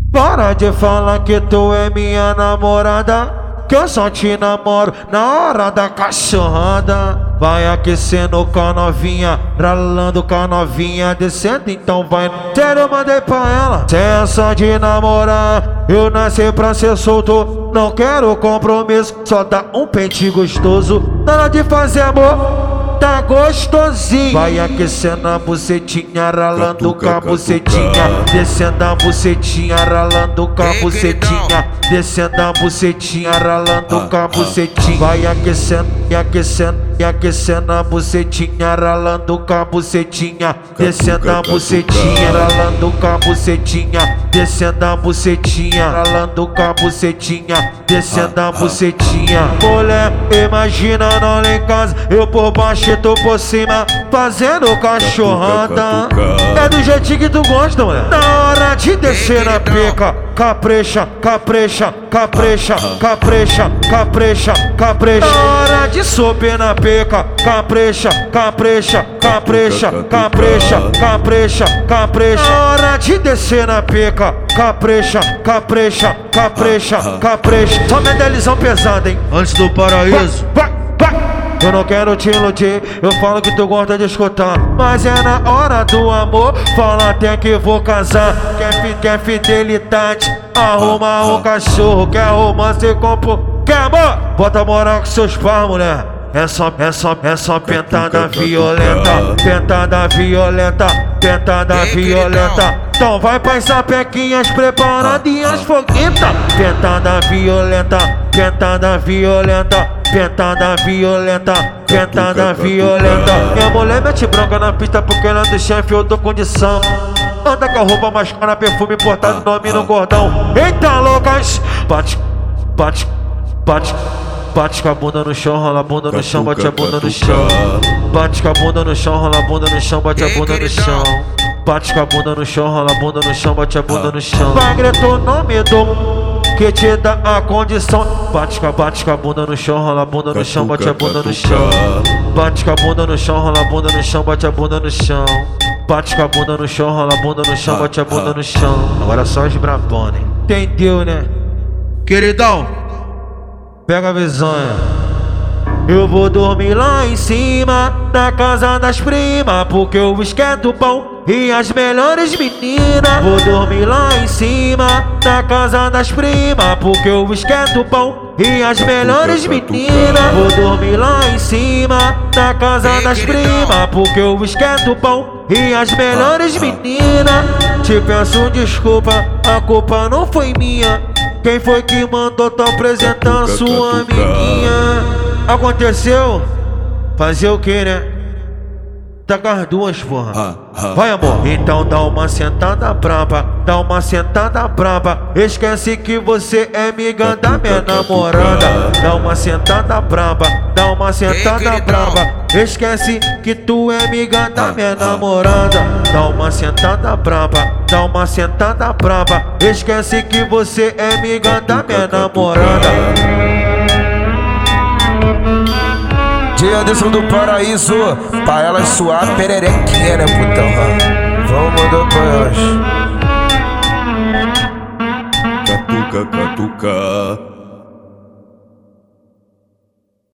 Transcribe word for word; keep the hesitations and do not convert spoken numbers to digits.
Para de falar que tu é minha namorada, que eu só te namoro na hora da cachorrada. Vai aquecendo com a novinha, ralando com a novinha, descendo então vai. Sério, eu mandei pra ela, cê é só de namorar, eu nasci pra ser solto, não quero compromisso, só dá um pente gostoso, nada de fazer amor, tá gostosinho. Vai aquecendo a bucetinha, ralando com a bucetinha, descendo a bucetinha, ralando com a bucetinha, descendo a bucetinha, ralando com a bucetinha. Vai aquecendo e aquecendo e aquecendo a bucetinha, ralando com a bucetinha, descendo a bucetinha, ralando com a bucetinha, descendo a bucetinha, ralando com a bucetinha, descendo a bucetinha. Mulher, imagina nós lá em casa, eu por baixo e tu por cima, fazendo cachorrada. É do jeitinho que tu gosta, mulher. Na hora de descer na pica, capricha, capricha, capricha, capricha, capricha, capricha. Na hora de subir na pica, capricha, capricha, capricha, capricha, capricha, capricha. Na hora de descer na pica, capricha, capricha, capricha, capricha. Só medelizão pesado, hein? Antes do paraíso. Vai, vai, vai. Eu não quero te iludir, eu falo que tu gosta de escutar, mas é na hora do amor, fala até que vou casar. Quer, fi, quer fidelidade, arruma um cachorro, quer romance, compro. Quer amor? Bota moral com seus pais, mulher. É só, é só, é só pentada violenta, pentada violenta, pentada violenta. Então vai pras sapequinhas preparadinhas fogueta. Pentada violenta, pentada violenta, pentada violenta, pentada violenta. Minha mulher mete bronca na pista porque ela é do chefe, eu dou condição. Anda com a roupa mais cara, perfume importado, nome no cordão. Eita loucas, bate, bate, bate. Bate com a bunda no chão, rola a bunda no chão, bate a bunda no chão. Bate com a bunda no chão, rola a bunda no chão, bate a bunda no chão. Bate com a bunda no chão, rola a bunda no chão, bate a bunda no chão. Vai gritar o nome do que te dá a condição. Bate com a, bate com a bunda no chão, rola a bunda no chão, bate a bunda no chão. Bate com a bunda no chão, rola a bunda no chão, bate a bunda no chão. Bate com a bunda no chão, rola a bunda no chão, bate a bunda no chão. Agora só os brabones. Entendeu, né? Queridão, pega a visão, é. Eu vou dormir lá em cima, na casa das primas, porque eu esquento pão e as melhores meninas. Vou dormir lá em cima, na casa das primas, porque eu esquento pão e as melhores meninas. Vou dormir lá em cima, na casa das primas, porque eu esquento pão e as melhores meninas. Te peço desculpa, a culpa não foi minha. Quem foi que mandou tá apresentando sua amiguinha? Aconteceu? Fazer o que, né? Tá com as duas, porra. Vai, amor. Então dá uma sentada braba, dá uma sentada braba. Esquece que você é amiga da minha namorada. Dá uma sentada braba, dá uma sentada braba. Esquece que tu é amiga da minha namorada. Dá uma sentada braba, dá uma sentada braba. Esquece que você é amiga da minha namorada. Dia desse do paraíso, pra elas suar pererequinha, né, putão? Vamos mandar pra elas. Catuca, catuca.